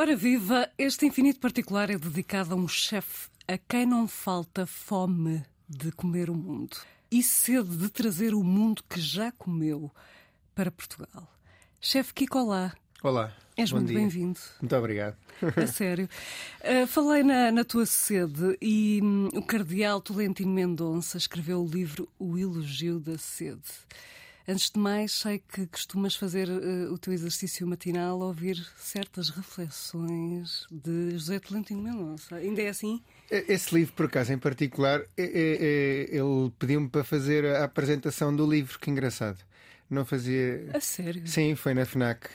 Ora viva, este Infinito Particular é dedicado a um chefe a quem não falta fome de comer o mundo e sede de trazer o mundo que já comeu para Portugal. Chefe Kiko, olá. Olá. És muito bem-vindo. Muito obrigado. A sério. Falei na tua sede e o cardeal Tolentino Mendonça escreveu o livro O Elogio da Sede. Antes de mais, sei que costumas fazer o teu exercício matinal a ouvir certas reflexões de José Tolentino Mendonça. Ainda é assim? Esse livro, por acaso, em particular, ele pediu-me para fazer a apresentação do livro. Que engraçado. Não fazia... A sério? Sim, foi na FNAC.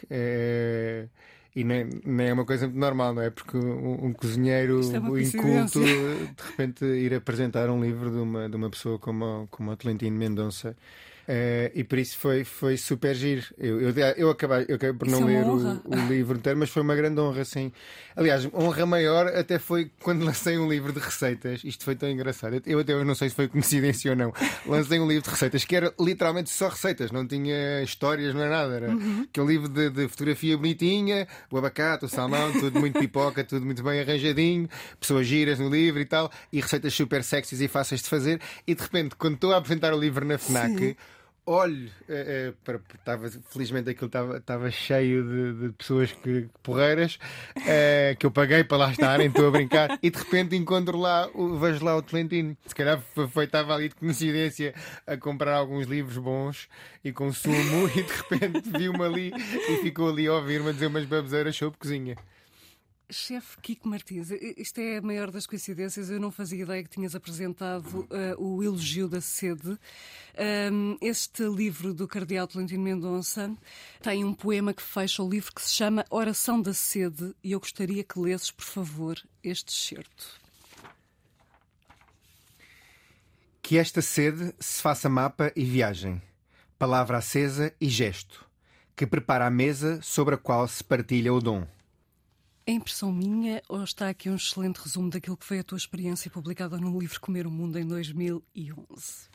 E nem é uma coisa muito normal, não é? Porque um cozinheiro inculto, de repente, ir apresentar um livro de uma pessoa como o Tolentino Mendonça. E por isso foi super giro. Eu acabei por não ler o livro inteiro, mas foi uma grande honra, sim. Aliás, honra maior até foi quando lancei um livro de receitas. Isto foi tão engraçado. Eu até não sei se foi coincidência ou não. Lancei um livro de receitas que era literalmente só receitas, não tinha histórias, não é nada. Era aquele livro de fotografia bonitinha, o abacate, o salmão, tudo muito pipoca, tudo muito bem arranjadinho, pessoas giras no livro e tal, e receitas super sexys e fáceis de fazer. E de repente, quando estou a apresentar o livro na FNAC, sim, olho, felizmente aquilo estava cheio de pessoas porreiras, que eu paguei para lá estarem, estou a brincar, e de repente encontro lá, vejo lá o Tolentino. Se calhar estava ali de coincidência a comprar alguns livros bons e consumo, e de repente vi-me ali e ficou ali a ouvir-me a dizer umas baboseiras sobre cozinha. Chefe Kiko Martins, isto é a maior das coincidências. Eu não fazia ideia que tinhas apresentado o Elogio da Sede. Este livro do cardeal Tolentino Mendonça tem um poema que fecha o livro que se chama Oração da Sede, e eu gostaria que lesses, por favor, este excerto. Que esta sede se faça mapa e viagem, palavra acesa e gesto, que prepara a mesa sobre a qual se partilha o dom. É impressão minha ou está aqui um excelente resumo daquilo que foi a tua experiência publicada no livro Comer o Mundo em 2011?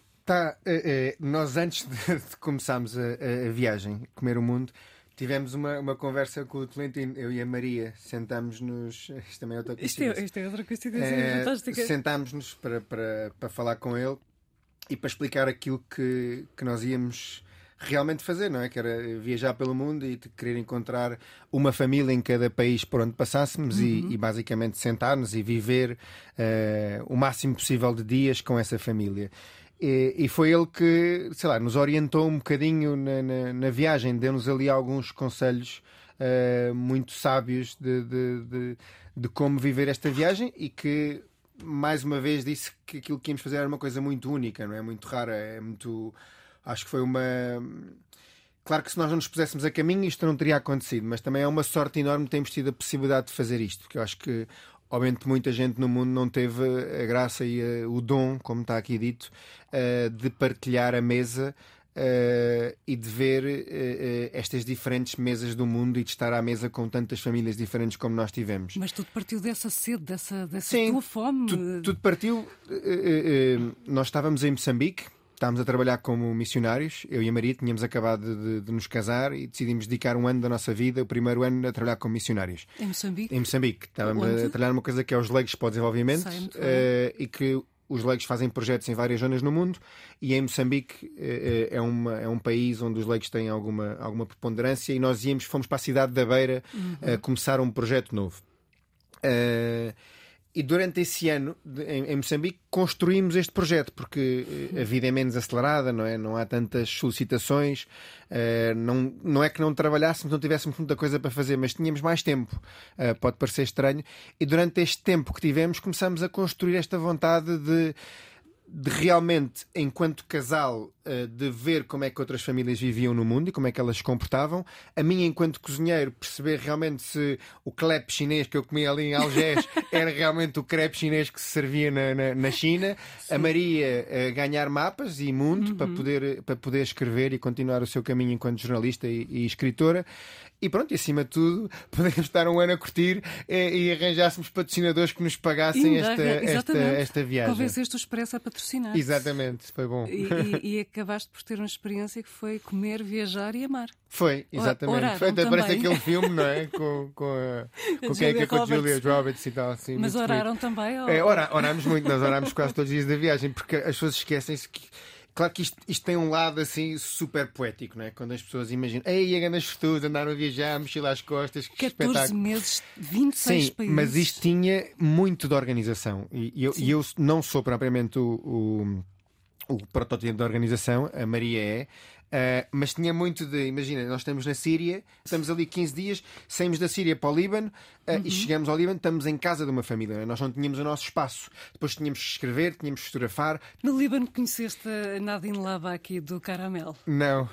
Nós antes de começarmos a viagem, Comer o Mundo, tivemos uma conversa com o Tolentino, eu e a Maria. Sentámos-nos... Isto também é outra coincidência. Isto é outra coincidência fantástica. Sentámos-nos para falar com ele e para explicar aquilo que nós íamos realmente fazer, não é? Que era viajar pelo mundo e querer encontrar uma família em cada país por onde passássemos e basicamente sentar-nos e viver o máximo possível de dias com essa família. E foi ele que, sei lá, nos orientou um bocadinho na viagem, deu-nos ali alguns conselhos muito sábios de como viver esta viagem, e que, mais uma vez, disse que aquilo que íamos fazer era uma coisa muito única, não é? Muito rara, é muito... Acho que foi uma... Claro que se nós não nos puséssemos a caminho isto não teria acontecido, mas também é uma sorte enorme termos tido a possibilidade de fazer isto, porque eu acho que, obviamente, muita gente no mundo não teve a graça e o dom, como está aqui dito, de partilhar a mesa e de ver estas diferentes mesas do mundo e de estar à mesa com tantas famílias diferentes como nós tivemos. Mas tudo partiu dessa sede, dessa Sim, tua fome. Tudo partiu... Nós estávamos em Moçambique. Estávamos a trabalhar como missionários. Eu e a Maria tínhamos acabado de nos casar e decidimos dedicar um ano da nossa vida, o primeiro ano, a trabalhar como missionários. Em Moçambique? Em Moçambique. Estávamos a trabalhar numa coisa que é os Leigos para o Desenvolvimento, e que os Leigos fazem projetos em várias zonas no mundo, e em Moçambique é um país onde os Leigos têm alguma preponderância, e nós fomos para a cidade da Beira começar um projeto novo. E durante esse ano, em Moçambique, construímos este projeto, porque a vida é menos acelerada, não é? Não há tantas solicitações, não é que não trabalhássemos, não tivéssemos muita coisa para fazer, mas tínhamos mais tempo. Pode parecer estranho. E durante este tempo que tivemos, começamos a construir esta vontade de realmente, enquanto casal, de ver como é que outras famílias viviam no mundo e como é que elas se comportavam. A minha, enquanto cozinheiro, perceber realmente se o crepe chinês que eu comia ali em Algés era realmente o crepe chinês que se servia na China. Sim. A Maria ganhar mapas e mundo para poder escrever e continuar o seu caminho enquanto jornalista e escritora. E pronto, e acima de tudo, podemos estar um ano a curtir e arranjássemos patrocinadores que nos pagassem esta viagem. Convenceste o Expresso a patrocinar. Exatamente, foi bom. E acabaste por ter uma experiência que foi comer, viajar e amar. Foi, exatamente. Foi, até parece aquele filme, não é? Com quem é que é? Com a Julia Roberts e tal. Assim, mas oraram também? Ou... Orámos muito, nós orámos quase todos os dias da viagem, porque as pessoas esquecem-se que. Claro que isto tem um lado assim super poético, não é? Quando as pessoas imaginam, ei, a grandes futuros, andaram a viajar, mochila às costas, que 14 espetáculo. meses, 26 Sim, países. mas isto tinha muito de organização. E eu não sou propriamente o protótipo da organização, a Maria é. Mas tinha muito de... Imagina, nós estamos na Síria, estamos ali 15 dias, saímos da Síria para o Líbano e chegamos ao Líbano, estamos em casa de uma família, né? Nós não tínhamos o nosso espaço. Depois tínhamos que escrever, tínhamos que fotografar. No Líbano conheceste a Nadine Labaki do Caramel? Não.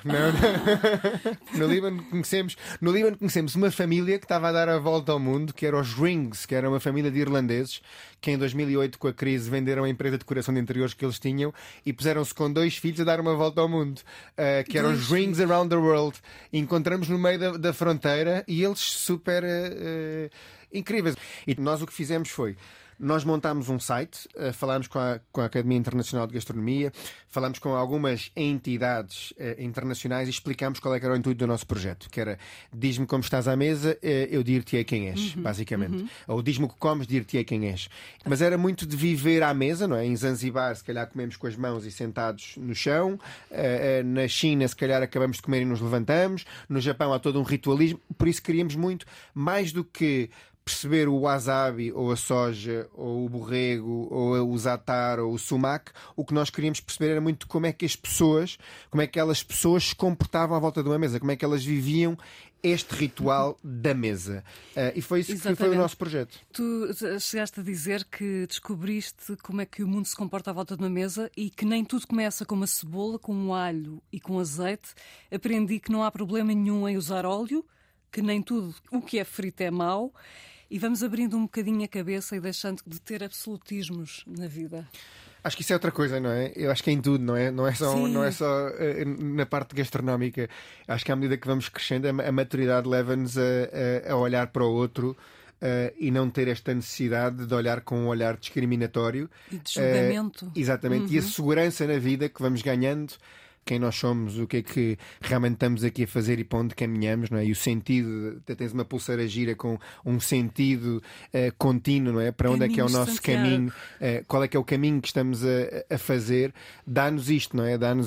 No Líbano conhecemos uma família que estava a dar a volta ao mundo, que era os Rings, que era uma família de irlandeses, que em 2008, com a crise, venderam a empresa de decoração de interiores que eles tinham e puseram-se com 2 filhos a dar uma volta ao mundo. Que eram os Rings Around the World. E encontramos no meio da fronteira e eles super incríveis. E nós o que fizemos foi... Nós montámos um site, falámos com a Academia Internacional de Gastronomia, falámos com algumas entidades internacionais e explicámos qual é que era o intuito do nosso projeto, que era, diz-me como estás à mesa, eu dir-te-ei quem és, basicamente. Ou diz-me o que comes, dir-te-ei quem és. Mas era muito de viver à mesa, não é? Em Zanzibar, se calhar comemos com as mãos e sentados no chão. Na China, se calhar acabamos de comer e nos levantamos. No Japão há todo um ritualismo. Por isso queríamos muito, mais do que perceber o wasabi, ou a soja, ou o borrego, ou o zatar, ou o sumac, o que nós queríamos perceber era muito como é que aquelas pessoas se comportavam à volta de uma mesa, como é que elas viviam este ritual da mesa. E foi isso que foi o nosso projeto. Tu chegaste a dizer que descobriste como é que o mundo se comporta à volta de uma mesa e que nem tudo começa com uma cebola, com um alho e com azeite. Aprendi que não há problema nenhum em usar óleo, que nem tudo o que é frito é mau. E vamos abrindo um bocadinho a cabeça e deixando de ter absolutismos na vida. Acho que isso é outra coisa, não é? Eu acho que é em tudo, não é? Não é só na parte gastronómica. Acho que à medida que vamos crescendo, a maturidade leva-nos a olhar para o outro e não ter esta necessidade de olhar com um olhar discriminatório. E de julgamento. Exatamente. E a segurança na vida que vamos ganhando, quem nós somos, o que é que realmente estamos aqui a fazer e para onde caminhamos, não é? E o sentido, tens uma pulseira gira com um sentido contínuo, não é? Para onde é que é o nosso caminho, qual é que é o caminho que estamos a fazer, dá-nos isto, não é? Dá-nos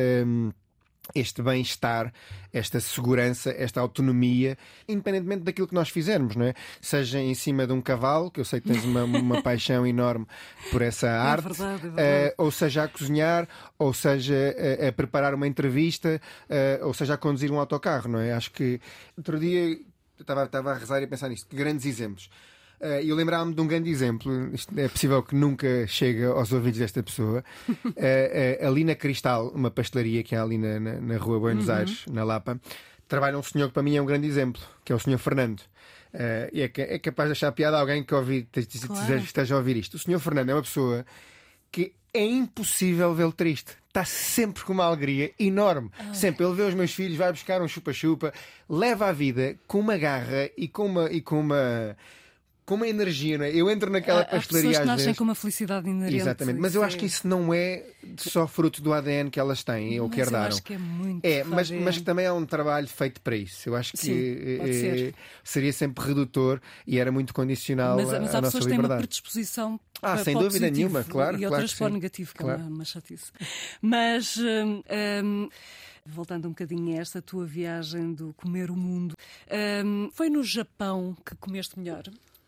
este bem-estar, esta segurança, esta autonomia, independentemente daquilo que nós fizermos, não é? Seja em cima de um cavalo, que eu sei que tens uma paixão enorme por essa arte, verdade. ou seja a cozinhar, ou seja a preparar uma entrevista, ou seja a conduzir um autocarro, não é? Acho que outro dia estava a rezar e a pensar nisto, que grandes exemplos. Eu lembrava-me de um grande exemplo. Isto é possível que nunca chegue aos ouvidos desta pessoa. Ali na Cristal, uma pastelaria que há ali na rua Buenos Aires, na Lapa, trabalha um senhor que para mim é um grande exemplo, que é o senhor Fernando. E é capaz de achar piada a alguém que esteja a ouvir isto. O senhor Fernando é uma pessoa que é impossível vê-lo triste. Está sempre com uma alegria enorme. Sempre. Ele vê os meus filhos, vai buscar um chupa-chupa, leva a vida com uma garra e com uma energia, não é? Eu entro naquela pastelaria às vezes. Nascem com uma felicidade inerente. Exatamente, mas eu acho que isso não é só fruto do ADN que elas têm ou que herdaram. Eu acho que é muito. Mas que também há um trabalho feito para isso. Eu acho que seria sempre redutor e era muito condicional mas à há nossa liberdade. pessoas que têm uma predisposição para sem para dúvida positivo, nenhuma, claro. E outras para o sim. negativo, que claro. é uma chatice. Mas voltando um bocadinho a esta tua viagem do comer o mundo, foi no Japão que comeste melhor?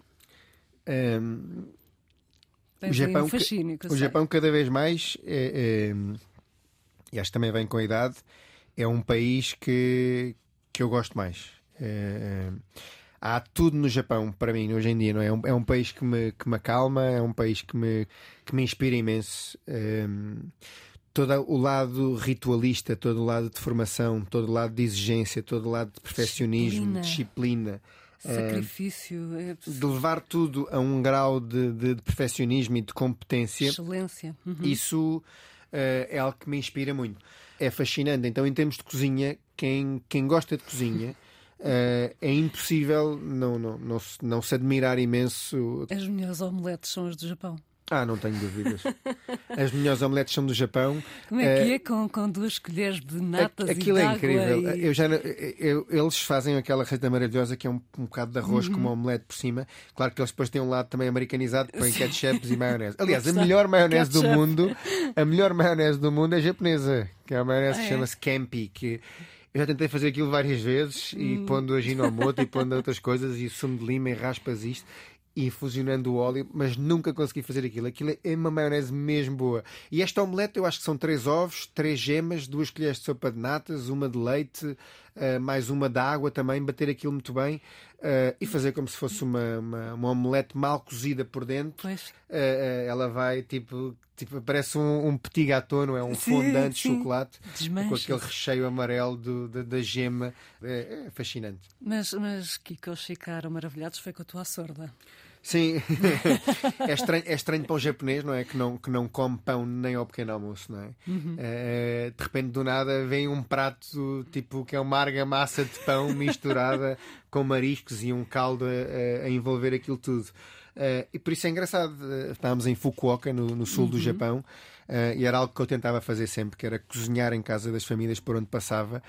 O Japão, fascínio, o Japão cada vez mais e acho que também vem com a idade, é um país que eu gosto mais. Há tudo no Japão para mim hoje em dia, não é? É um país que me acalma, é um país que me inspira imenso. Todo o lado ritualista, todo o lado de formação, todo o lado de exigência, todo o lado de perfeccionismo, disciplina. Sacrifício. De levar tudo a um grau de perfeccionismo e de competência. Excelência. Isso é algo que me inspira muito. É fascinante. Então, em termos de cozinha, quem gosta de cozinha, é impossível não se admirar imenso. As melhores omeletes são as do Japão. Não tenho dúvidas. As melhores omeletes são do Japão. Como é que é com 2 colheres de natas aquilo e de é água? incrível. Eles fazem aquela receita maravilhosa que é um bocado de arroz com uma omelete por cima. Claro que eles depois têm um lado também americanizado, põem ketchup e maionese. Aliás, a melhor maionese do mundo é japonesa, que é a maionese que chama-se Kempi, que eu já tentei fazer aquilo várias vezes e pondo a Ajinomoto e pondo outras coisas e sumo de lima e raspas isto e fusionando o óleo, mas nunca consegui fazer aquilo. Aquilo é uma maionese mesmo boa. E esta omelete eu acho que são 3 ovos, 3 gemas, 2 colheres de sopa de natas, uma de leite, mais uma de água também, bater aquilo muito bem e fazer como se fosse uma omelete mal cozida por dentro. Ela vai tipo parece um petit gâteau, não é? Um fondant de chocolate. Desmancha. Com aquele recheio amarelo da gema. É fascinante. Mas Kiko, eles ficaram maravilhados foi com a tua sorda. Sim, é estranho para um japonês, não é? Que não come pão nem ao pequeno almoço, não é? De repente, do nada, vem um prato tipo que é uma argamassa de pão misturada com mariscos e um caldo a envolver aquilo tudo. E por isso é engraçado. Estávamos em Fukuoka, no sul do Japão, e era algo que eu tentava fazer sempre, que era cozinhar em casa das famílias por onde passava.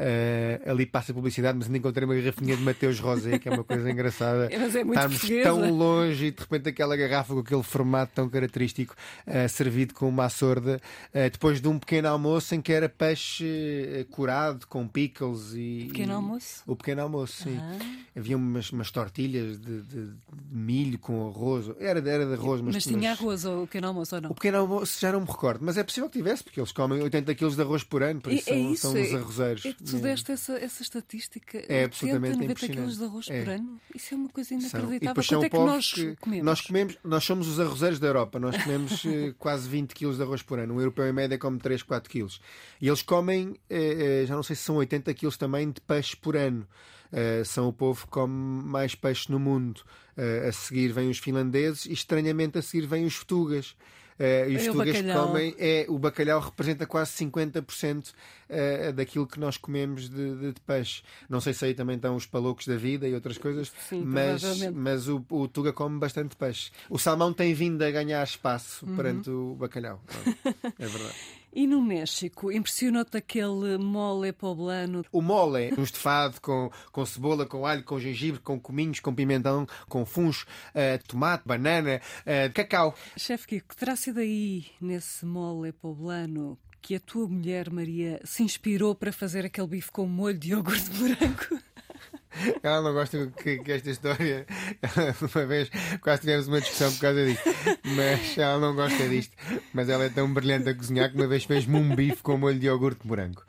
Ali passa a publicidade, mas ainda encontrei uma garrafinha de Mateus Rosé, que é uma coisa engraçada. Mas é muito Estamos portuguesa. tão longe e de repente aquela garrafa com aquele formato tão característico, servido com uma sorda, depois de um pequeno almoço em que era peixe curado com pickles e Pequeno almoço? O pequeno almoço, sim. Havia umas tortilhas de milho com arroz. Era de arroz, mas tinha arroz ou o pequeno almoço ou não? O pequeno almoço já não me recordo, mas é possível que tivesse, porque eles comem 80 kg de arroz por ano, por isso são os arrozeiros. Tu deste essa estatística? É absolutamente 90 impressionante. kg de arroz por ano? Isso é uma coisa E inacreditável. depois Quanto são é que nós comemos? Nós somos os arrozeiros da Europa. Nós comemos quase 20 kg de arroz por ano. Um europeu em média come 3, 4 kg. E eles comem, já não sei se são 80 kg também de peixe por ano. São o povo que come mais peixe no mundo. A seguir vêm os finlandeses e estranhamente a seguir vêm os portugueses. E os portugueses que comem, o bacalhau representa quase 50% daquilo que nós comemos de peixe. Não sei se aí também estão os paloucos da vida e outras coisas. Sim, mas o tuga come bastante peixe. O salmão tem vindo a ganhar espaço perante o bacalhau. É verdade. E no México, impressionou-te aquele mole poblano? O mole, um estofado com cebola, com alho, com gengibre, com cominhos, com pimentão, com funcho, tomate, banana, cacau. Chefe Kiko, terá sido aí, nesse mole poblano, que a tua mulher, Maria, se inspirou para fazer aquele bife com molho de iogurte branco? Ela não gosta que esta história. Uma vez quase tivemos uma discussão por causa disto, mas ela não gosta disto. Mas ela é tão brilhante a cozinhar que uma vez fez-me um bife com molho de iogurte morango.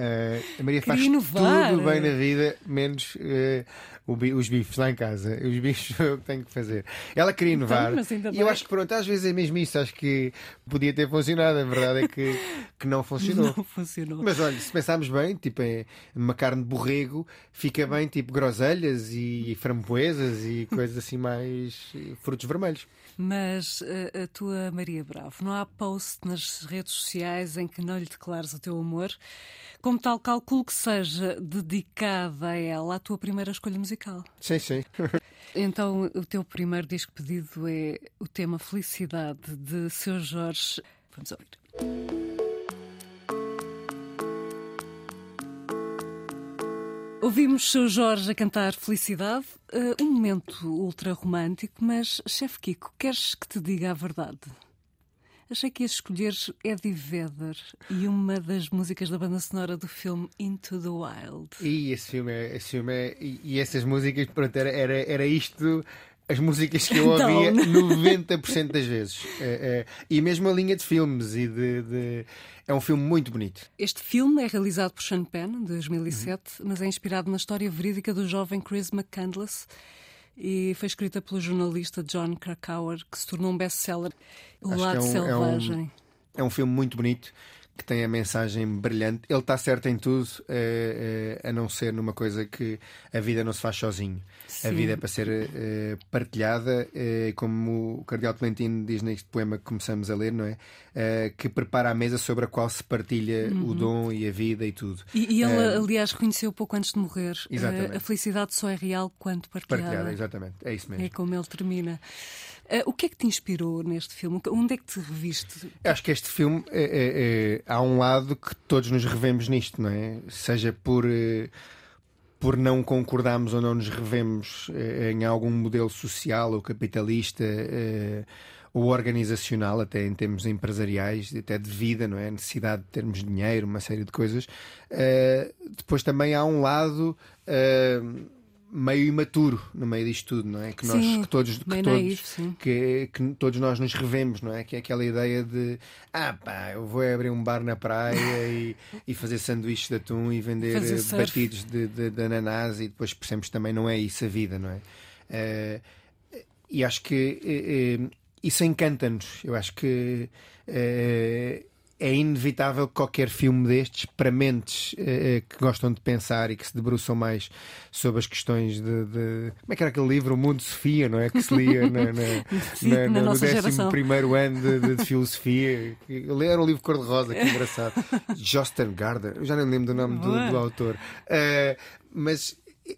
A Maria faz tudo bem na vida, menos os bifes lá em casa. Os bifes sou eu que tenho que fazer. Ela queria inovar. E eu acho que pronto, às vezes é mesmo isso. Acho que podia ter funcionado. A verdade é que não funcionou. Não funcionou. Mas olha, se pensarmos bem, tipo, uma carne de borrego fica bem, tipo groselhas e framboesas e coisas assim mais frutos vermelhos. Mas a tua Maria Bravo, não há post nas redes sociais em que não lhe declares o teu amor? Como tal, calculo que seja dedicada a ela a tua primeira escolha musical. Sim, sim. Então, o teu primeiro disco pedido é o tema Felicidade, de Seu Jorge. Vamos ouvir. Ouvimos Seu Jorge a cantar Felicidade, um momento ultra romântico, mas, chefe Kiko, queres que te diga a verdade? Achei que ias escolher Eddie Vedder e uma das músicas da banda sonora do filme Into the Wild. E esse filme e essas músicas, pronto, era isto. As músicas que eu ouvia 90% das vezes. E mesmo a linha de filmes. É um filme muito bonito. Este filme é realizado por Sean Penn, em 2007, mas é inspirado na história verídica do jovem Chris McCandless e foi escrita pelo jornalista John Krakauer, que se tornou um best-seller. O Lado Selvagem. É um filme muito bonito, que tem a mensagem brilhante. Ele está certo em tudo, a não ser numa coisa que a vida não se faz sozinho. Sim. A vida é para ser partilhada, como o Cardeal Tolentino diz neste poema que começamos a ler, não é? Que prepara a mesa sobre a qual se partilha o dom e a vida e tudo. E ele, aliás, reconheceu pouco antes de morrer. A felicidade só é real quando partilhada. Exatamente. É isso mesmo. É como ele termina. O que é que te inspirou neste filme? Onde é que te reviste? Eu acho que este filme há um lado que todos nos revemos nisto, não é? Seja por não concordarmos ou não nos revemos em algum modelo social ou capitalista ou organizacional, até em termos empresariais, até de vida, não é? A necessidade de termos dinheiro, uma série de coisas. Depois também há um lado meio imaturo no meio disto tudo, não é? Que todos nós nos revemos, não é? Que é aquela ideia de eu vou abrir um bar na praia e fazer sanduíches de atum e vender batidos de ananás, e depois percebemos também não é isso a vida, não é? E acho que isso encanta-nos. Eu acho que é inevitável que qualquer filme destes, para mentes que gostam de pensar e que se debruçam mais sobre as questões de como é que era aquele livro, O Mundo de Sofia, não é? Que se lia no 11º ano de filosofia. Era um livro cor-de-rosa, que engraçado. Josten Gardner, eu já nem lembro do nome do autor. Mas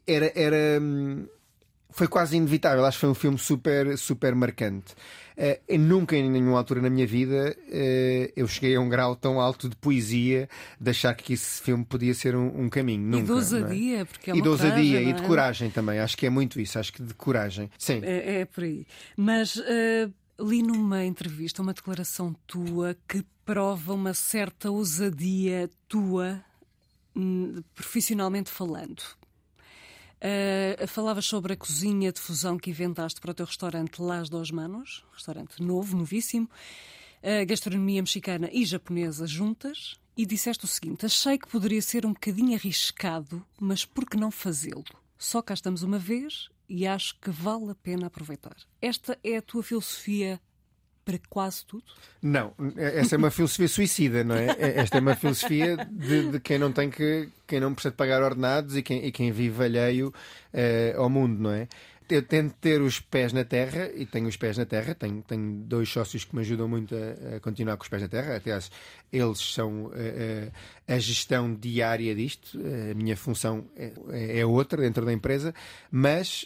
foi quase inevitável. Acho que foi um filme super, super marcante. Nunca, em nenhuma altura na minha vida, eu cheguei a um grau tão alto de poesia, de achar que esse filme podia ser um caminho. Nunca, e de ousadia, porque é uma e de ousadia coragem, e de coragem também. Acho que é muito isso. Acho que de coragem. Sim. É por aí. Mas li numa entrevista uma declaração tua que prova uma certa ousadia tua, profissionalmente falando. Falavas sobre a cozinha de fusão que inventaste para o teu restaurante Las Dos Manos, restaurante novo, novíssimo, gastronomia mexicana e japonesa juntas, e disseste o seguinte: achei que poderia ser um bocadinho arriscado, mas por que não fazê-lo? Só cá estamos uma vez e acho que vale a pena aproveitar. Esta é a tua filosofia para quase tudo? Não, essa é uma filosofia suicida, não é? Esta é uma filosofia de quem não precisa de pagar ordenados e quem vive alheio ao mundo, não é? Eu tento ter os pés na terra, e tenho os pés na terra. Tenho 2 sócios que me ajudam muito a continuar com os pés na terra. Até eles são a gestão diária disto. A minha função é outra dentro da empresa, mas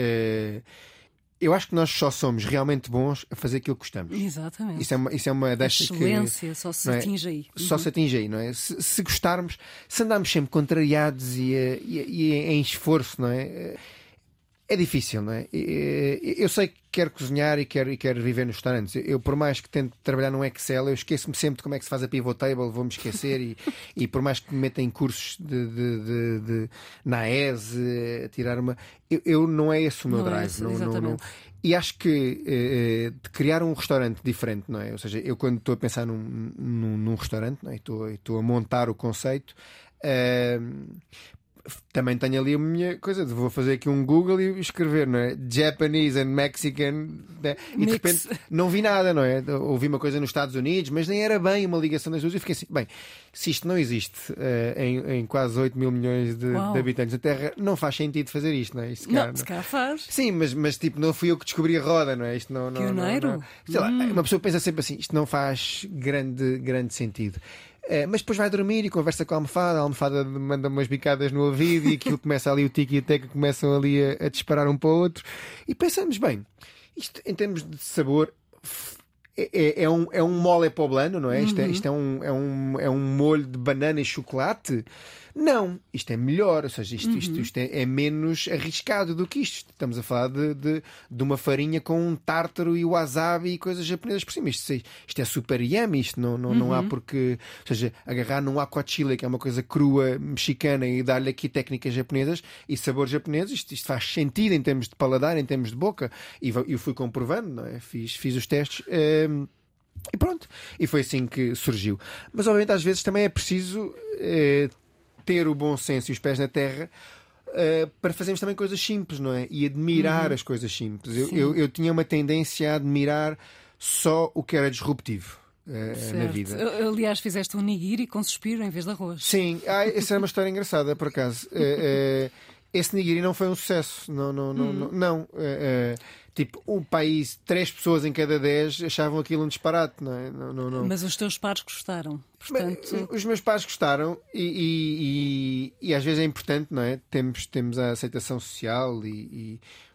eu acho que nós só somos realmente bons a fazer aquilo que gostamos. Exatamente. Isso é uma das excelência só se atinge aí. Só se atinge aí, não é? Se gostarmos, se andarmos sempre contrariados e em esforço, não é? É difícil, não é? Eu sei que quero cozinhar e quero viver nos restaurantes. Eu, por mais que tente trabalhar num Excel, eu esqueço-me sempre de como é que se faz a pivot table, vou-me esquecer, e por mais que me meta em cursos na ESE, tirar uma... Eu não é esse o meu drive. Não. E acho que de criar um restaurante diferente, não é? Ou seja, eu quando estou a pensar num restaurante, não é? Estou a montar o conceito... também tenho ali a minha coisa de vou fazer aqui um Google e escrever, não é? Japanese and Mexican, né? E de repente não vi nada, não é? Ouvi uma coisa nos Estados Unidos, mas nem era bem uma ligação das duas, e fiquei assim, bem, se isto não existe em quase 8 mil milhões de habitantes da Terra, não faz sentido fazer isto, não é? Isto, se calhar faz. Sim, mas tipo, não fui eu que descobri a roda, não é? Isto não, pioneiro. Sei lá, uma pessoa pensa sempre assim, isto não faz grande sentido. Mas depois vai dormir e conversa com a almofada manda umas bicadas no ouvido e aquilo começa ali, o tique e a teca começam ali a disparar um para o outro, e pensamos, bem, isto em termos de sabor é um mole poblano, não é? Isto é um molho de banana e chocolate. Não, isto é melhor, ou seja, isto é menos arriscado do que isto. Estamos a falar de uma farinha com um tártaro e wasabi e coisas japonesas por cima. Isto é super yummy, isto não há porque... Ou seja, agarrar num aquachile, que é uma coisa crua mexicana, e dar-lhe aqui técnicas japonesas e sabores japoneses, isto faz sentido em termos de paladar, em termos de boca. E eu fui comprovando, não é? Fiz os testes... E pronto, e foi assim que surgiu. Mas obviamente às vezes também é preciso ter o bom senso e os pés na terra para fazermos também coisas simples, não é? E admirar as coisas simples. Eu tinha uma tendência a admirar só o que era disruptivo na vida. Aliás, fizeste um nigiri com suspiro em vez de arroz. Sim, essa é uma história engraçada, por acaso. Esse nigiri não foi um sucesso. Não. Tipo, um país, 3 pessoas em cada 10 achavam aquilo um disparate, não é? Não. Mas os teus pares gostaram, portanto... Os meus pares gostaram e às vezes é importante, não é? Temos a aceitação social e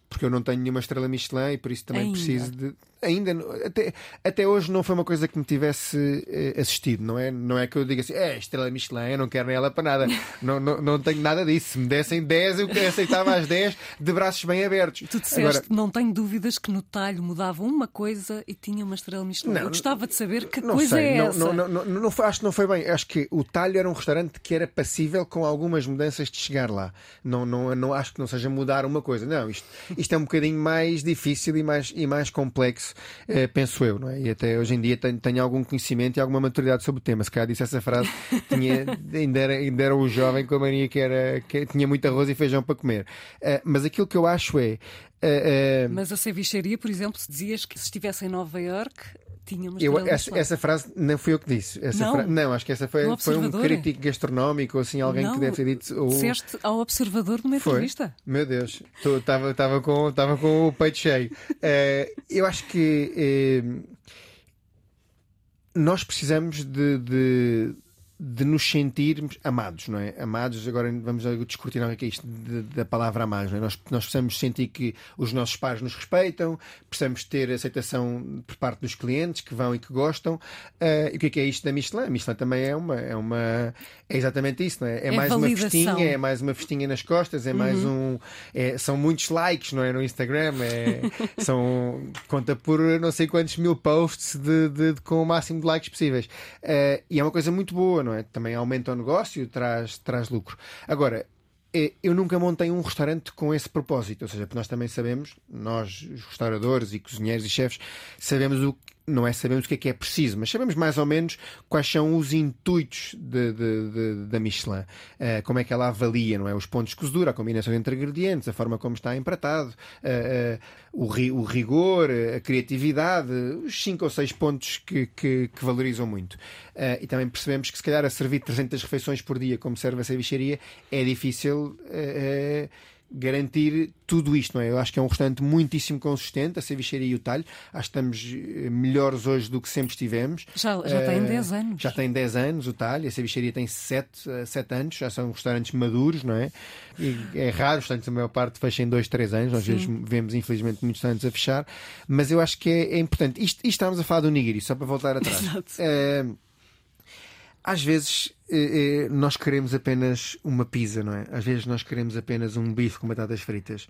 porque eu não tenho nenhuma estrela Michelin e por isso também preciso de... Ainda, até hoje não foi uma coisa que me tivesse assistido, não é que eu diga assim, estrela Michelin, eu não quero ela para nada. Não tenho nada disso. Se me dessem 10, eu aceitava as 10 de braços bem abertos. Tu disseste, não tenho dúvidas que no talho mudava uma coisa e tinha uma estrela Michelin. Eu gostava de saber que coisa é essa. Acho que não foi bem. Acho que o talho era um restaurante que era passível com algumas mudanças de chegar lá. Não acho que não seja mudar uma coisa. Não, isto é um bocadinho mais difícil e mais complexo, penso eu, não é? E até hoje em dia tenho algum conhecimento e alguma maturidade sobre o tema. Se calhar disse essa frase, ainda era um jovem com a mania que tinha muito arroz e feijão para comer. Mas aquilo que eu acho é... Mas a cevicharia, por exemplo, se dizias que se estivesse em Nova Iorque tinha uma estrela Michelin. Essa frase não fui eu que disse. Não, acho que essa foi um crítico gastronómico ou assim, alguém que deve ter dito. Disseste ao Observador numa entrevista. Meu Deus, estava com o peito cheio. Eu acho que nós precisamos de nos sentirmos amados, não é? Amados, agora vamos descortinar o que é isto da palavra amados, não é? Nós precisamos sentir que os nossos pares nos respeitam, precisamos ter aceitação por parte dos clientes que vão e que gostam. E o que é isto da Michelin? A Michelin também é exatamente isso, não é? É mais validação. Uma festinha, é mais uma festinha nas costas, é mais são muitos likes, não é? No Instagram, conta por não sei quantos mil posts com o máximo de likes possíveis. E é uma coisa muito boa, não é? Também aumenta o negócio, traz lucro. Agora, eu nunca montei um restaurante com esse propósito, ou seja, porque nós também sabemos, nós, os restauradores e cozinheiros e chefes, sabemos sabemos o que é preciso, mas sabemos mais ou menos quais são os intuitos da Michelin, como é que ela avalia, não é? Os pontos de cozedura, a combinação entre ingredientes, a forma como está empratado, o rigor, a criatividade, os 5 ou 6 pontos que valorizam muito. E também percebemos que se calhar a servir 300 refeições por dia, como serve a cevicharia, é difícil garantir tudo isto, não é? Eu acho que é um restaurante muitíssimo consistente, a cevicharia e o talho. Acho que estamos melhores hoje do que sempre estivemos. Já tem 10 anos. Já tem 10 anos o talho, a cevicharia tem 7 anos, já são restaurantes maduros, não é? E é raro, portanto, a maior parte fecha em 2, 3 anos. Às vezes vemos, infelizmente, muitos restaurantes a fechar. Mas eu acho que é importante. Isto estávamos a falar do nigiri, só para voltar atrás. Exato. Às vezes nós queremos apenas uma pizza, não é? Às vezes nós queremos apenas um bife com batatas fritas.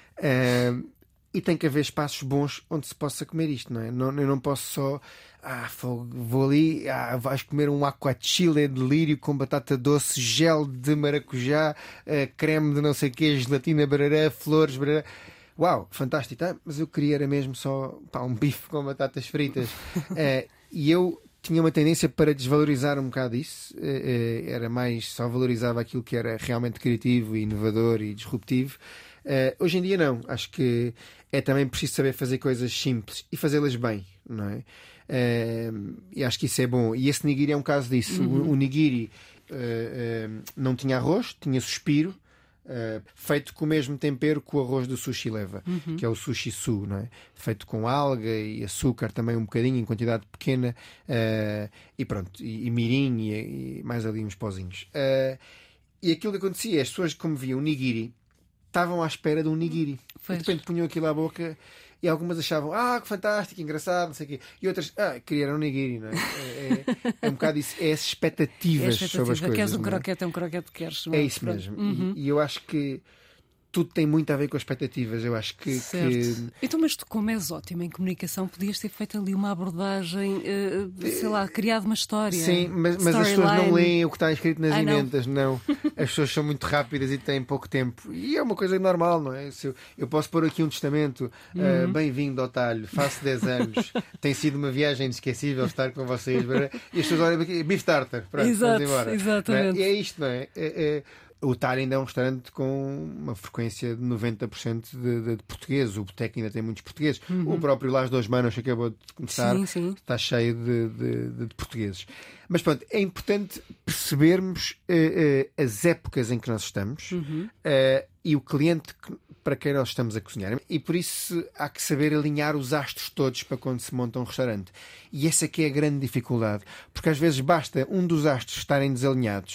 E tem que haver espaços bons onde se possa comer isto, não é? Eu não posso só... vou ali, vais comer um aquachile de lírio com batata doce, gel de maracujá, creme de não sei o quê, gelatina barará, flores barará. Uau, fantástico, tá? Mas eu queria era mesmo só um bife com batatas fritas. E eu tinha uma tendência para desvalorizar um bocado isso. Era mais, só valorizava aquilo que era realmente criativo, inovador e disruptivo. Hoje em dia não. Acho que é também preciso saber fazer coisas simples e fazê-las bem, não é? E acho que isso é bom. E esse nigiri é um caso disso. O nigiri não tinha arroz, tinha suspiro. Feito com o mesmo tempero que o arroz do sushi leva, que é o sushi su, não é? Feito com alga e açúcar também um bocadinho, em quantidade pequena, e pronto, e mirim e mais ali uns pozinhos. E aquilo que acontecia, as pessoas, como viam o nigiri, estavam à espera de um nigiri. E de repente punham aquilo à boca e algumas achavam, que fantástico, engraçado, não sei o quê. E outras, queriam um nigiri, não é? É um bocado isso, é as expectativas sobre as coisas. Queres um croquete, é um croquete, queres. É isso mesmo. E eu acho que tudo tem muito a ver com expectativas. Eu acho que... Então, mas tu, como és ótimo em comunicação, podias ter feito ali uma abordagem, sei lá, criado uma história. Sim, mas as pessoas não leem o que está escrito nas emendas, não. As pessoas são muito rápidas e têm pouco tempo. E é uma coisa normal, não é? Eu posso pôr aqui um testamento, bem-vindo ao talho, faço 10 anos, tem sido uma viagem inesquecível estar com vocês. E as pessoas olham aqui, beef tartar, pronto, vamos embora. Exatamente. E é isto, não é? O talho ainda é um restaurante com uma frequência de 90% de portugueses. O Boteco ainda tem muitos portugueses. O próprio Las Dos Manos, que acabou de começar, está cheio de portugueses. Mas pronto, é importante percebermos as épocas em que nós estamos e o cliente para quem nós estamos a cozinhar. E por isso há que saber alinhar os astros todos para quando se monta um restaurante. E essa aqui é a grande dificuldade. Porque às vezes basta um dos astros estarem desalinhados,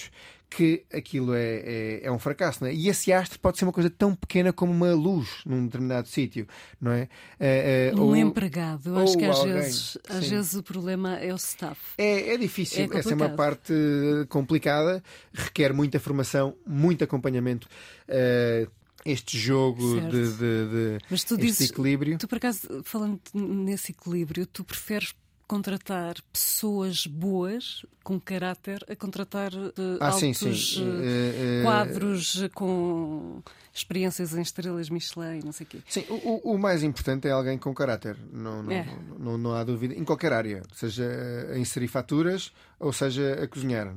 que aquilo é um fracasso, não é? E esse astro pode ser uma coisa tão pequena como uma luz num determinado sítio, não é? Empregado. Eu acho que às vezes o problema é o staff. É difícil. Essa é uma parte complicada, requer muita formação, muito acompanhamento. Este jogo de Mas tu este dizes, equilíbrio. Tu, por acaso, falando nesse equilíbrio, tu preferes contratar pessoas boas, com caráter, a contratar altos quadros com experiências em estrelas Michelin, não sei o quê. Sim, o mais importante é alguém com caráter, não há dúvida, em qualquer área, seja a inserir faturas ou seja a cozinhar.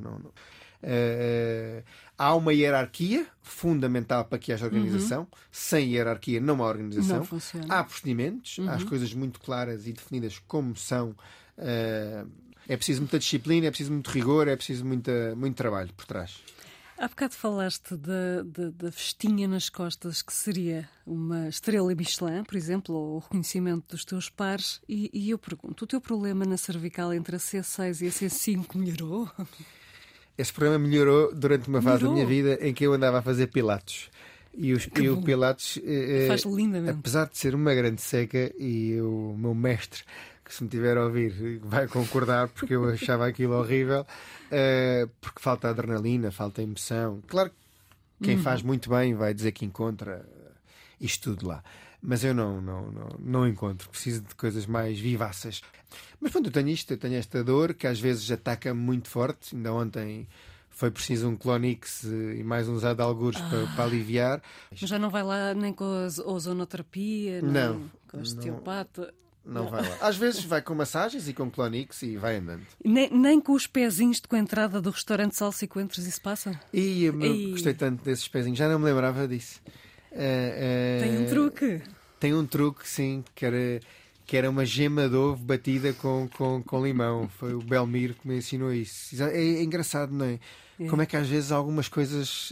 Há uma hierarquia fundamental para que haja organização. Sem hierarquia não há organização. Não funciona. Há procedimentos, há as coisas muito claras e definidas como são. É preciso muita disciplina, é preciso muito rigor, é preciso muito trabalho por trás. Há bocado falaste da festinha nas costas, que seria uma estrela Michelin, por exemplo, ou o reconhecimento dos teus pares, e eu pergunto, o teu problema na cervical entre a C6 e a C5 melhorou? Esse problema melhorou durante uma fase da minha vida em que eu andava a fazer pilates. E o pilates, faz lindamente. Apesar de ser uma grande seca, e o meu mestre, que se me tiver a ouvir, vai concordar, porque eu achava aquilo horrível, porque falta adrenalina, falta emoção. Claro que quem faz muito bem vai dizer que encontra isto tudo lá. Mas eu não encontro. Preciso de coisas mais vivaças. Mas pronto, eu tenho esta dor que às vezes ataca muito forte. Ainda ontem foi preciso um Clonix e mais uns Adalguros para aliviar. Mas já não vai lá nem com a ozonoterapia, não, com a osteopata? Não vai lá. Às vezes vai com massagens e com Clonix e vai andando. Nem com os pezinhos de entrada do restaurante Salsa e Coentros isso passa? Gostei tanto desses pezinhos. Já não me lembrava disso. Tem um truque. Tem um truque, sim, que era uma gema de ovo batida com limão. Foi o Belmiro que me ensinou isso. É engraçado, não é? Como é que às vezes algumas coisas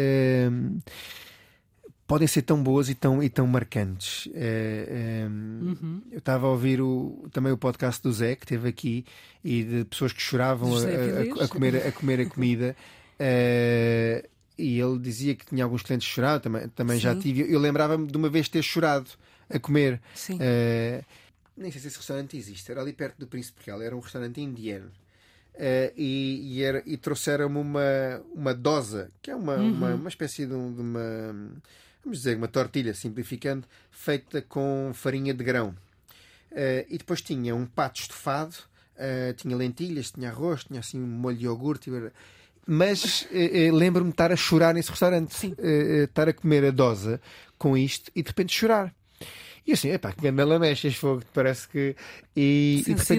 podem ser tão boas e tão marcantes. Eu estava a ouvir também o podcast do Zé, que esteve aqui, e de pessoas que choravam a comer a comida. E ele dizia que tinha alguns clientes que choraram, também já tive. Eu lembrava-me de uma vez ter chorado a comer. Nem sei se esse restaurante existe. Era ali perto do Príncipe Real. Era um restaurante indiano. E trouxeram-me uma dosa, que é uma espécie de uma, vamos dizer, uma tortilha, simplificando, feita com farinha de grão. E depois tinha um pato estofado, tinha lentilhas, tinha arroz, tinha assim um molho de iogurte. Mas lembro-me de estar a chorar nesse restaurante, estar a comer a dosa com isto e de repente chorar. E assim, que grande lamechas, fogo, parece que. E de repente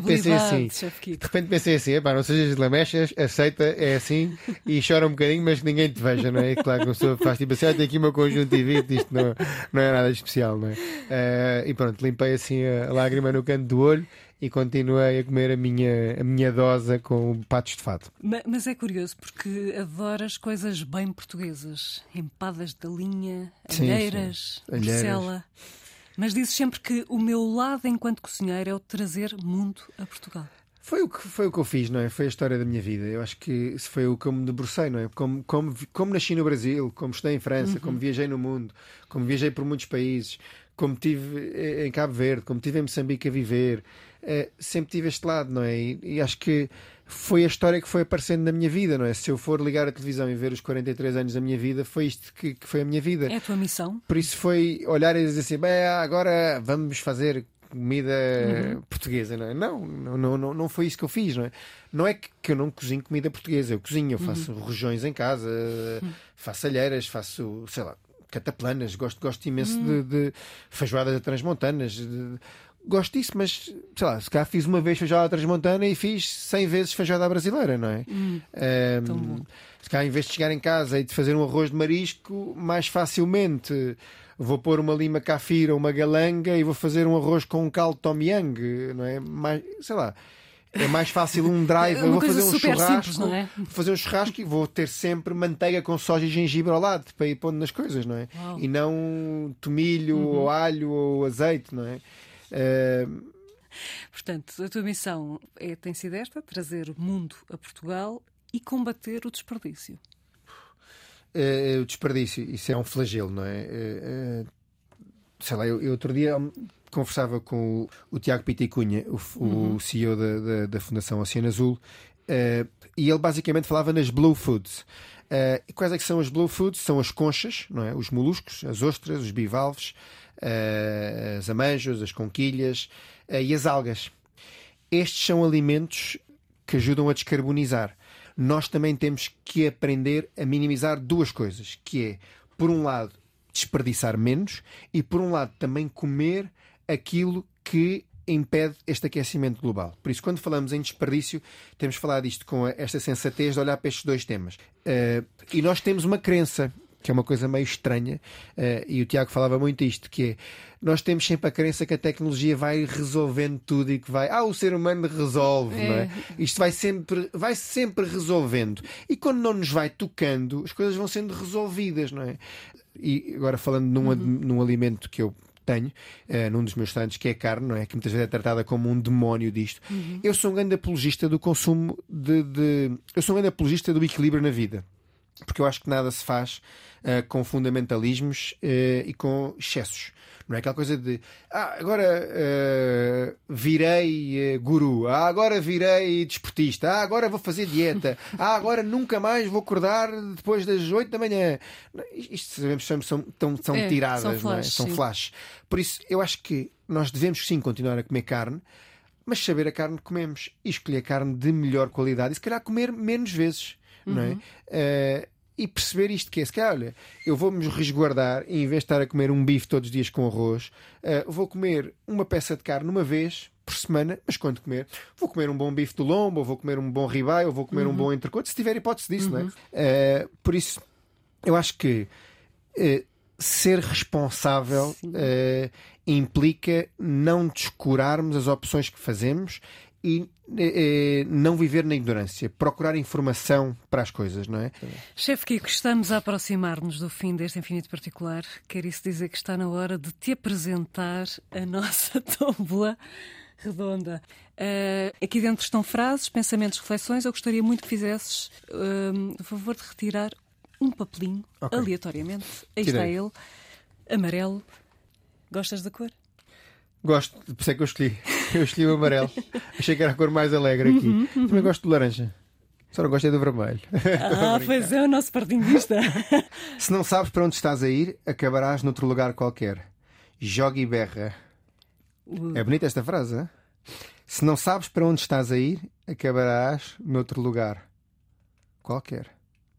pensei assim, não sejas de lamechas, aceita, é assim, e chora um bocadinho, mas que ninguém te veja, não é? Claro que a pessoa faz tipo assim, tem aqui uma conjuntivite, isto não é nada especial, não é? E pronto, limpei assim a lágrima no canto do olho. E continuei a comer a minha dosa com patos de fato. Mas é curioso porque adoras coisas bem portuguesas. Empadas de galinha, alheiras, morcela. Mas dizes sempre que o meu lado enquanto cozinheiro é o de trazer mundo a Portugal. Foi o que eu fiz, não é? Foi a história da minha vida. Eu acho que isso foi o que eu me debrucei, não é? Como nasci no Brasil, como estudei em França, como viajei no mundo, como viajei por muitos países, como estive em Cabo Verde, como estive em Moçambique a viver, sempre tive este lado, não é? E acho que foi a história que foi aparecendo na minha vida, não é? Se eu for ligar a televisão e ver os 43 anos da minha vida, foi isto que foi a minha vida. É a tua missão? Por isso foi olhar e dizer assim, agora vamos fazer comida portuguesa, não é? Não foi isso que eu fiz, não é? Não é que eu não cozinho comida portuguesa, eu cozinho, eu faço rojões em casa, faço alheiras, faço, sei lá, cataplanas, gosto imenso de feijoadas transmontanas, gosto disso, mas sei lá, se cá fiz uma vez feijoada transmontana e fiz 100 vezes feijoada brasileira, não é? Se cá, em vez de chegar em casa e de fazer um arroz de marisco, mais facilmente vou pôr uma lima cafira, uma galanga e vou fazer um arroz com um caldo tom yang, não é? Sei lá, é mais fácil um drive. Eu vou fazer um churrasco, simples, não é? Fazer um churrasco e vou ter sempre manteiga com soja e gengibre ao lado para ir pondo nas coisas, não é? Uau. E não tomilho ou alho ou azeite, não é? Portanto, a tua missão tem sido esta: trazer o mundo a Portugal e combater o desperdício. o desperdício, isso é um flagelo, não é? Sei lá, eu outro dia conversava com o Tiago Piticunha, o CEO da Fundação Oceano Azul, e ele basicamente falava nas Blue Foods. E quais é que são as Blue Foods? São as conchas, não é? Os moluscos, as ostras, os bivalves, as amanjos, as conquilhas e as algas. Estes são alimentos que ajudam a descarbonizar. Nós também temos que aprender a minimizar duas coisas, que é, por um lado, desperdiçar menos e, por um lado, também comer aquilo que impede este aquecimento global. Por isso, quando falamos em desperdício, temos de falar disto com esta sensatez de olhar para estes dois temas. E nós temos uma crença, que é uma coisa meio estranha, e o Tiago falava muito isto, que é, nós temos sempre a crença que a tecnologia vai resolvendo tudo e que vai, o ser humano resolve, não é? Isto vai sempre resolvendo. E quando não nos vai tocando, as coisas vão sendo resolvidas, não é? E agora falando num alimento que eu tenho, num dos meus restaurantes, que é a carne, não é? Que muitas vezes é tratada como um demónio disto. Eu sou um grande apologista do consumo eu sou um grande apologista do equilíbrio na vida. Porque eu acho que nada se faz com fundamentalismos e com excessos. Não é aquela coisa de agora virei guru, agora virei desportista, agora vou fazer dieta, agora nunca mais vou acordar depois das 8 da manhã. Isto sabemos são tiradas, são flash, não é? São flash. Por isso eu acho que nós devemos sim continuar a comer carne, mas saber a carne que comemos e escolher carne de melhor qualidade e se calhar comer menos vezes. Não é? E perceber isto que é, se calhar, olha, eu vou-me resguardar e em vez de estar a comer um bife todos os dias com arroz, vou comer uma peça de carne uma vez por semana, mas quando comer, vou comer um bom bife do lombo, ou vou comer um bom ribeye, ou vou comer um bom entrecote, se tiver hipótese disso, não é? Por isso, eu acho que ser responsável implica não descurarmos as opções que fazemos e não viver na ignorância, procurar informação para as coisas, não é? Chefe Kiko, estamos a aproximar-nos do fim deste Infinito Particular. Quer isso dizer que está na hora de te apresentar a nossa tómbola redonda. Aqui dentro estão frases, pensamentos, reflexões. Eu gostaria muito que fizesses o favor de retirar um papelinho, aleatoriamente. Aí está ele, amarelo. Gostas da cor? Gosto, por isso é que eu escolhi. Eu escolhi o amarelo. Achei que era a cor mais alegre aqui. Também gosto de laranja. Só não gosto é do vermelho. Pois é, o nosso partidista. Se não sabes para onde estás a ir, acabarás noutro lugar qualquer. Joga e berra. É bonita esta frase, hein? Se não sabes para onde estás a ir, acabarás noutro lugar qualquer.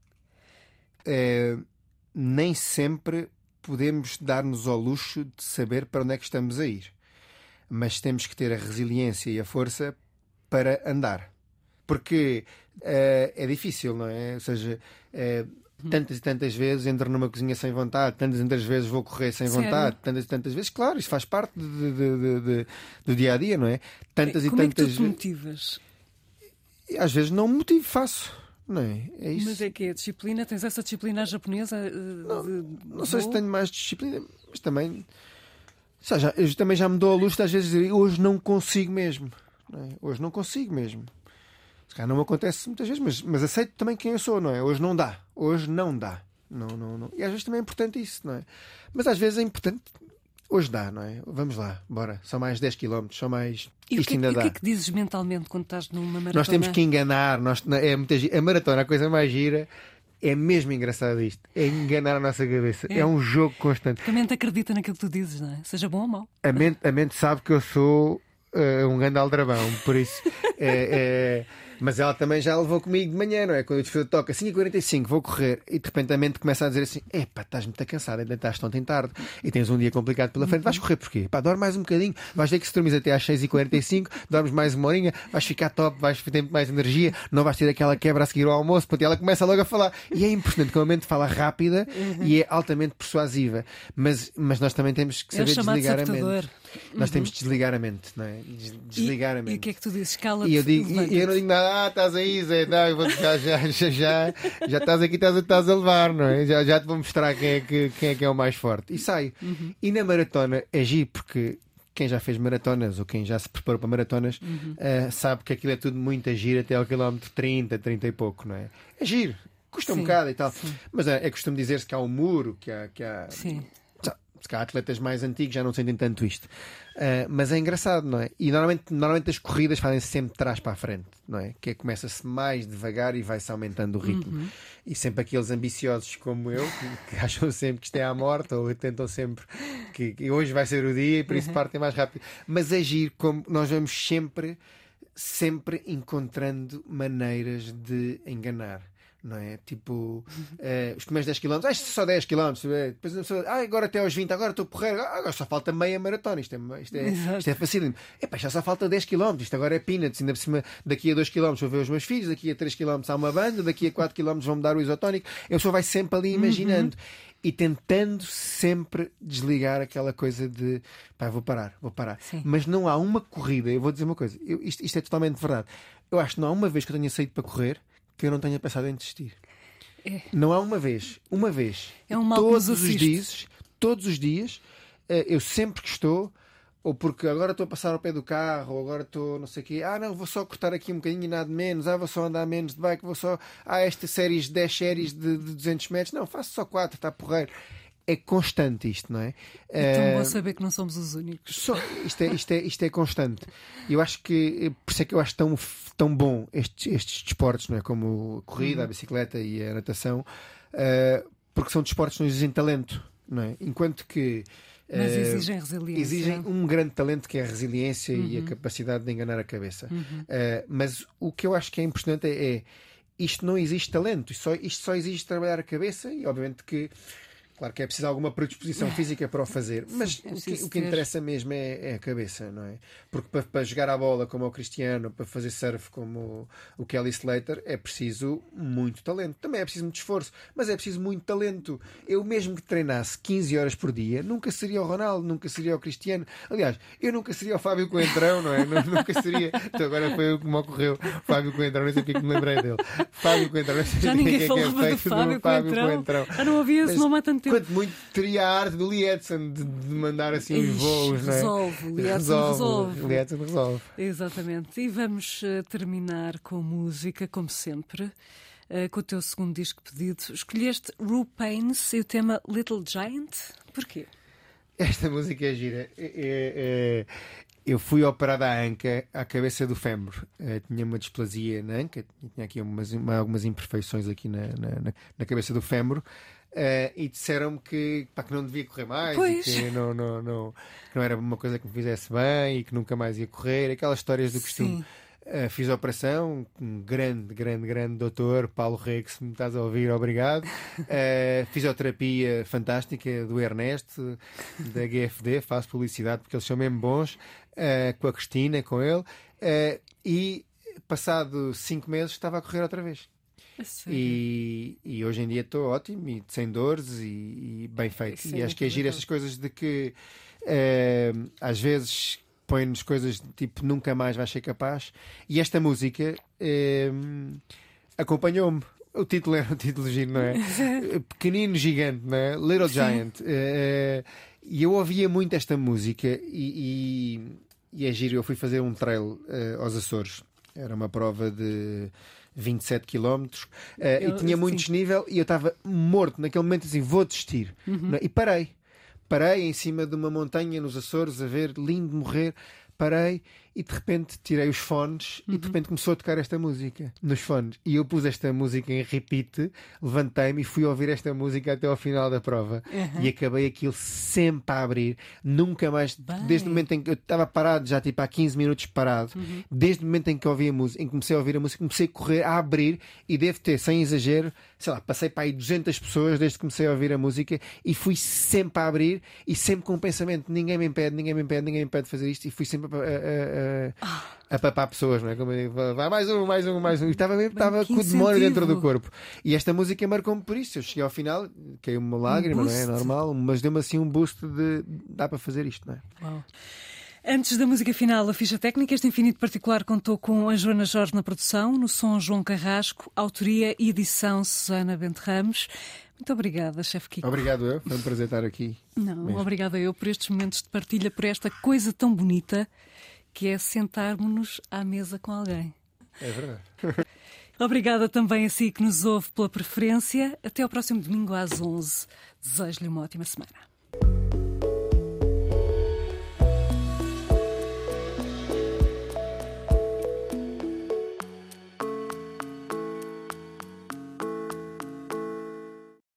Nem sempre podemos dar-nos ao luxo de saber para onde é que estamos a ir. Mas temos que ter a resiliência e a força para andar. Porque é difícil, não é? Ou seja, tantas e tantas vezes entro numa cozinha sem vontade, tantas e tantas vezes vou correr sem vontade, tantas e tantas vezes, claro, isso faz parte do dia-a-dia, não é? Tantas e tantas vezes. Como é que tu te motivas? Às vezes não me motivo, faço. Não é? É isso. Mas é que é disciplina? Tens essa disciplina japonesa? Não sei se tenho mais disciplina, mas também... Eu também já me dou a luz de às vezes dizer hoje não consigo mesmo. Não é? Hoje não consigo mesmo. Se calhar não me acontece muitas vezes, mas aceito também quem eu sou, não é? Hoje não dá. Hoje não dá. Não. E às vezes também é importante isso, não é? Mas às vezes é importante... Hoje dá, não é? Vamos lá, bora. São mais 10 km, são mais... Isto ainda dá. E o que é que dizes mentalmente quando estás numa maratona? Nós temos que enganar. A maratona, a coisa mais gira... É mesmo engraçado isto. É enganar a nossa cabeça. É um jogo constante. A mente acredita naquilo que tu dizes, não é? Seja bom ou mau. A mente sabe que eu sou um grande aldrabão. Por isso... Mas ela também já levou comigo de manhã, não é? Quando o desfile toca 5h45, vou correr e de repente a mente começa a dizer assim: estás muito cansado, ainda estás tão tarde e tens um dia complicado pela frente, vais correr porquê? Dorme mais um bocadinho, vais ver que se dormes até às 6h45, dormes mais uma horinha, vais ficar top, vais ter mais energia, não vais ter aquela quebra a seguir ao almoço, porque ela começa logo a falar. E é impressionante que a mente fala rápida e é altamente persuasiva, mas nós também temos que saber desligar a mente. Nós temos de desligar a mente, não é? Desligar a mente. E o que é que tu dizes? Cala-te. E eu não digo nada. Estás aí, Zé, já estás aqui, estás a levar, não é? Já te vou mostrar quem é que é o mais forte. E sai. E na maratona é giro, porque quem já fez maratonas ou quem já se preparou para maratonas sabe que aquilo é tudo muito giro até ao quilómetro 30 e pouco, não é? É giro. custa um bocado e tal. Mas é costume dizer-se que há um muro, que há Sim. Se calhar atletas mais antigos já não sentem tanto isto. Mas é engraçado, não é? E normalmente as corridas fazem-se sempre de trás para a frente, não é? Que começa-se mais devagar e vai-se aumentando o ritmo. E sempre aqueles ambiciosos como eu, que acham sempre que isto é à morte, ou tentam sempre que hoje vai ser o dia e por isso partem mais rápido. Mas agir como nós vamos sempre encontrando maneiras de enganar. Não é? Tipo, os primeiros 10 km, isto é só 10 km, depois a pessoa, agora até aos 20, agora estou porreiro, agora só falta meia maratona, isto é facílimo. Já só falta 10 km, isto agora é peanuts, ainda por cima, daqui a 2 km vou ver os meus filhos, daqui a 3 km há uma banda, daqui a 4 km vão-me dar o isotónico. A pessoa vai sempre ali imaginando e tentando sempre desligar aquela coisa de vou parar. Sim. Mas não há uma corrida, eu vou dizer uma coisa, isto é totalmente verdade. Eu acho que não há uma vez que eu tenha saído para correr que eu não tenha pensado em desistir. Não há uma vez. É um mal todos os dias, eu sempre que estou, ou porque agora estou a passar ao pé do carro, ou agora estou não sei o quê, não, vou só cortar aqui um bocadinho e nada menos, vou só andar menos de bike, vou só, esta 10 séries de 200 metros, não, faço só 4, está porreiro. É constante isto, não é? É tão bom saber que não somos os únicos. Isto é constante. Eu acho que, por isso é que eu acho tão bom estes desportos, não é? Como a corrida, a bicicleta e a natação, porque são desportos que não exigem talento, não é? Enquanto que mas exigem resiliência. Exigem um grande talento que é a resiliência e a capacidade de enganar a cabeça. Mas o que eu acho que é importante é isto não existe talento, isto só exige trabalhar a cabeça e obviamente que claro que é preciso alguma predisposição física para o fazer, mas o que interessa mesmo é a cabeça, não é? Porque para jogar a bola como o Cristiano, para fazer surf como o Kelly Slater, é preciso muito talento. Também é preciso muito esforço, mas é preciso muito talento. Eu mesmo que treinasse 15 horas por dia, nunca seria o Ronaldo, nunca seria o Cristiano. Aliás, eu nunca seria o Fábio Coentrão, não é? Nunca seria. Então agora foi o que me ocorreu. Fábio Coentrão, não sei porque me lembrei dele. Fábio Coentrão, não sei já ninguém falava do Fábio Coentrão. Já não havia esse nome há tanto tempo. Quanto muito teria a arte do Lee Edson de mandar assim uns voos, não é? Resolve. Lee Edson resolve. Exatamente. E vamos terminar com música, como sempre, com o teu segundo disco pedido. Escolheste Ru Paines e o tema Little Giant. Porquê? Esta música é gira. Eu fui operado à anca, à cabeça do fémur. Tinha uma displasia na anca, tinha aqui algumas imperfeições aqui na cabeça do fémur. E disseram-me que não devia correr mais e que não era uma coisa que me fizesse bem e que nunca mais ia correr, aquelas histórias do costume. Fiz a operação, um grande doutor Paulo Rei, que se me estás a ouvir, obrigado. Fisioterapia fantástica do Ernesto, da GFD, faço publicidade porque eles são mesmo bons, com a Cristina, com ele, e passado 5 meses estava a correr outra vez. E hoje em dia estou ótimo e sem dores e bem feito. E acho que é giro estas coisas de que às vezes põe-nos coisas tipo nunca mais vais ser capaz. E esta música acompanhou-me. O título era um título giro, não é? Pequenino Gigante, não é? Little Giant. E eu ouvia muito esta música e é giro. Eu fui fazer um trail aos Açores. Era uma prova de 27 km e tinha muito desnível e eu estava morto naquele momento, assim, vou desistir. E parei em cima de uma montanha nos Açores a ver, lindo morrer, parei e de repente tirei os fones e de repente começou a tocar esta música nos fones e eu pus esta música em repeat, levantei-me e fui ouvir esta música até ao final da prova e acabei aquilo sempre a abrir, nunca mais, desde o momento em que eu estava parado já tipo há 15 minutos parado, desde o momento em que ouvi a música, em que comecei a ouvir a música, comecei a correr, a abrir e devo ter, sem exagero, sei lá, passei para aí 200 pessoas desde que comecei a ouvir a música e fui sempre a abrir e sempre com o pensamento, ninguém me impede de fazer isto, e fui sempre a papar pessoas, não é? Como eu digo, vai mais um. E estava com o demónio dentro do corpo. E esta música marcou-me por isso. Eu cheguei ao final, caiu uma lágrima, não é? Normal, mas deu-me assim um boost de dá para fazer isto, não é? Uau. Antes da música final, a ficha técnica, este Infinito Particular contou com a Joana Jorge na produção, no som João Carrasco, autoria e edição Susana Bento Ramos. Muito obrigada, chefe Kiko. Obrigado eu, foi um prazer estar aqui. Obrigada eu por estes momentos de partilha, por esta coisa tão bonita que é sentarmos-nos à mesa com alguém. É verdade. Obrigada também a si que nos ouve pela preferência. Até ao próximo domingo às 11. Desejo-lhe uma ótima semana.